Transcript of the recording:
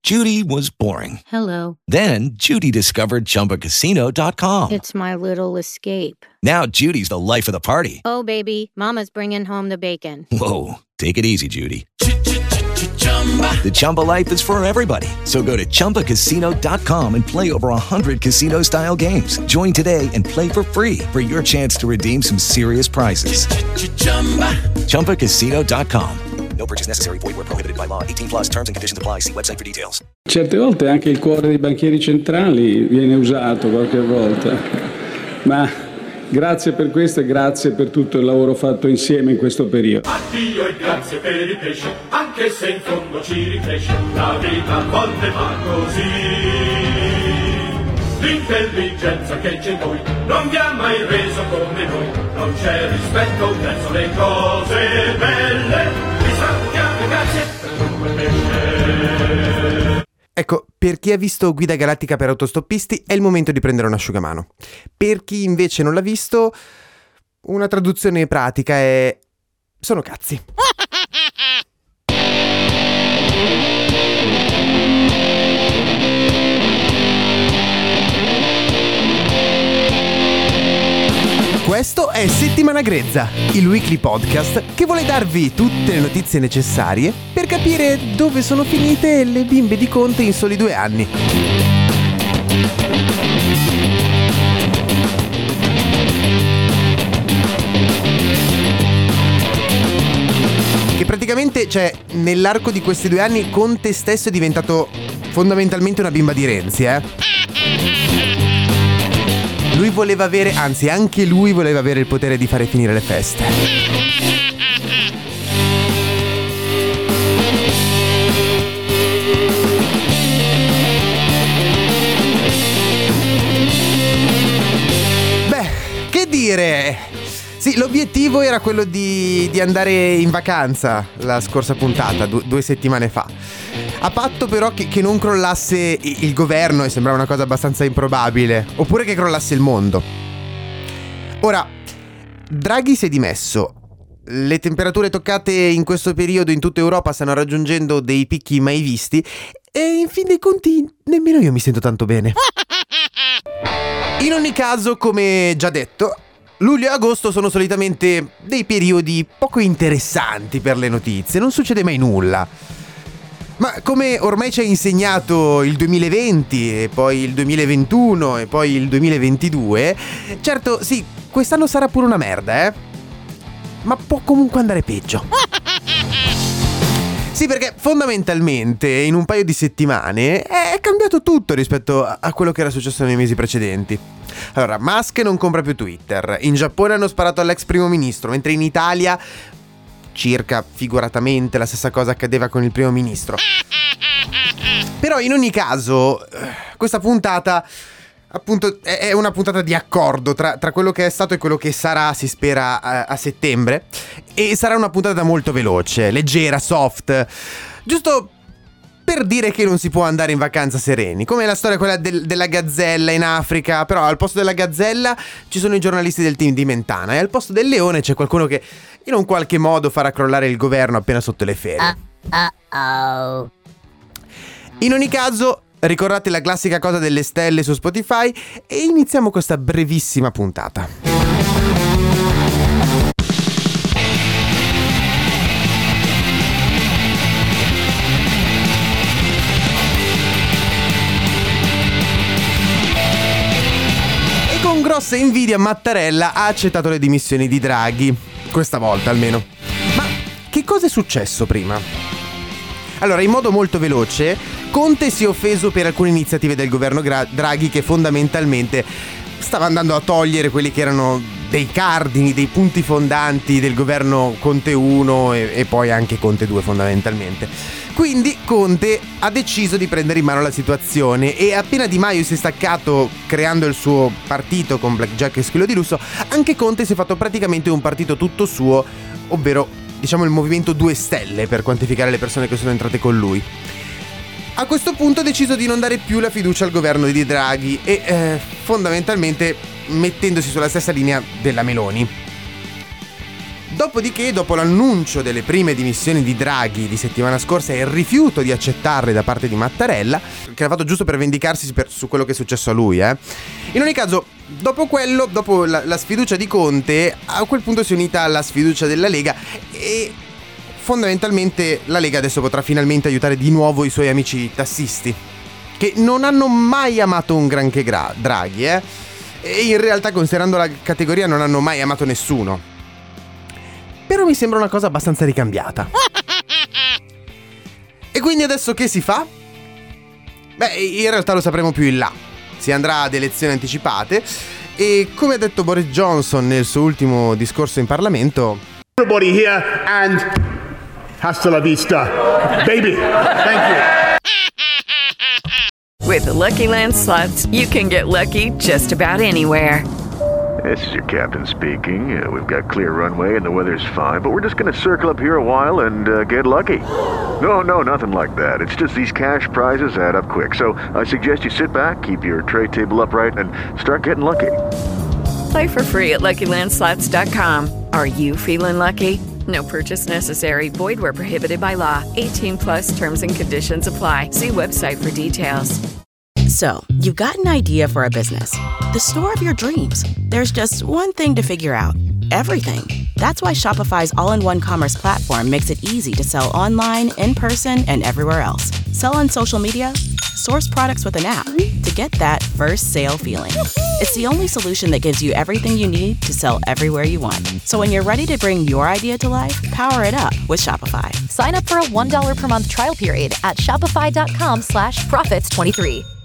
Judy was boring. Hello. Then Judy discovered ChumbaCasino.com. It's my little escape. Now Judy's the life of the party. Oh, baby, mama's bringing home the bacon. Whoa, take it easy, Judy. The Chumba life is for everybody. So go to ChumbaCasino.com and play over 100 casino-style games. Join today and play for free for your chance to redeem some serious prizes. ChumbaCasino.com. No purchase necessary. Void where prohibited by law. 18 plus terms and conditions apply. See website for details. Certe volte anche il cuore dei banchieri centrali viene usato qualche volta. Ma grazie per questo e grazie per tutto il lavoro fatto insieme in questo periodo. Addio e grazie per i pesci, anche se in fondo ci ricresce, la vita a volte va così. L'intelligenza che c'è in voi non vi ha mai reso come noi, non c'è rispetto verso le cose belle, vi salutiamo, grazie per tutto il pesce. Ecco, per chi ha visto Guida Galattica per autostoppisti è il momento di prendere un asciugamano. Per chi invece non l'ha visto, una traduzione pratica è: sono cazzi. Questo è Settimana Grezza, il weekly podcast che vuole darvi tutte le notizie necessarie per capire dove sono finite le bimbe di Conte in soli 2 anni. Che praticamente, nell'arco di questi 2 anni Conte stesso è diventato fondamentalmente una bimba di Renzi, Lui voleva avere, anzi anche lui voleva avere il potere di fare finire le feste. Beh, che dire? Sì, l'obiettivo era quello di andare in vacanza la scorsa puntata, 2 settimane fa. A patto però che non crollasse il governo, e sembrava una cosa abbastanza improbabile, oppure che crollasse il mondo. Ora, Draghi si è dimesso. Le temperature toccate in questo periodo in tutta Europa stanno raggiungendo dei picchi mai visti, e in fin dei conti nemmeno io mi sento tanto bene. In ogni caso, come già detto, luglio e agosto sono solitamente dei periodi poco interessanti per le notizie, non succede mai nulla. Ma come ormai ci ha insegnato il 2020 e poi il 2021 e poi il 2022, certo sì, quest'anno sarà pure una merda, ma può comunque andare peggio. Sì, perché fondamentalmente in un paio di settimane è cambiato tutto rispetto a quello che era successo nei mesi precedenti. Allora, Musk non compra più Twitter, in Giappone hanno sparato all'ex primo ministro, mentre in Italia circa figuratamente la stessa cosa accadeva con il primo ministro. Però in ogni caso questa puntata appunto è una puntata di accordo tra quello che è stato e quello che sarà, si spera, a settembre, e sarà una puntata molto veloce, leggera, soft, giusto per dire che non si può andare in vacanza sereni, come la storia quella della gazzella in Africa. Però al posto della gazzella ci sono i giornalisti del team di Mentana, e al posto del leone c'è qualcuno che in un qualche modo farà crollare il governo appena sotto le ferie. In ogni caso, ricordate la classica cosa delle stelle su Spotify e iniziamo questa brevissima puntata. Grossa invidia, Mattarella ha accettato le dimissioni di Draghi, questa volta almeno. Ma che cosa è successo prima? Allora, in modo molto veloce, Conte si è offeso per alcune iniziative del governo Draghi, che fondamentalmente stava andando a togliere quelli che erano dei cardini, dei punti fondanti del governo Conte 1 e poi anche Conte 2 fondamentalmente. Quindi Conte ha deciso di prendere in mano la situazione, e appena Di Maio si è staccato creando il suo partito con Blackjack e Squillo di Lusso, anche Conte si è fatto praticamente un partito tutto suo, ovvero diciamo il movimento 2 stelle per quantificare le persone che sono entrate con lui. A questo punto ha deciso di non dare più la fiducia al governo di Draghi e fondamentalmente mettendosi sulla stessa linea della Meloni. Dopodiché, dopo l'annuncio delle prime dimissioni di Draghi di settimana scorsa e il rifiuto di accettarle da parte di Mattarella, che l'ha fatto giusto per vendicarsi su quello che è successo a lui, in ogni caso, dopo quello, dopo la sfiducia di Conte, a quel punto si è unita la sfiducia della Lega e fondamentalmente la Lega adesso potrà finalmente aiutare di nuovo i suoi amici tassisti, che non hanno mai amato un granché Draghi, e in realtà, considerando la categoria, non hanno mai amato nessuno. Però mi sembra una cosa abbastanza ricambiata. E quindi adesso che si fa? Beh, in realtà lo sapremo più in là. Si andrà ad elezioni anticipate e, come ha detto Boris Johnson nel suo ultimo discorso in Parlamento, everybody here and hasta la vista, baby. Thank you. With the Lucky Land Slots, you can get lucky just about anywhere. This is your captain speaking. We've got clear runway and the weather's fine, but we're just going to circle up here a while and get lucky. No, nothing like that. It's just these cash prizes add up quick. So I suggest you sit back, keep your tray table upright, and start getting lucky. Play for free at LuckyLandSlots.com. Are you feeling lucky? No purchase necessary. Void where prohibited by law. 18 plus terms and conditions apply. See website for details. So, you've got an idea for a business. The store of your dreams. There's just one thing to figure out. Everything. That's why Shopify's all-in-one commerce platform makes it easy to sell online, in person, and everywhere else. Sell on social media, source products with an app to get that first sale feeling. It's the only solution that gives you everything you need to sell everywhere you want. So when you're ready to bring your idea to life, power it up with Shopify. Sign up for a $1 per month trial period at shopify.com/profits23.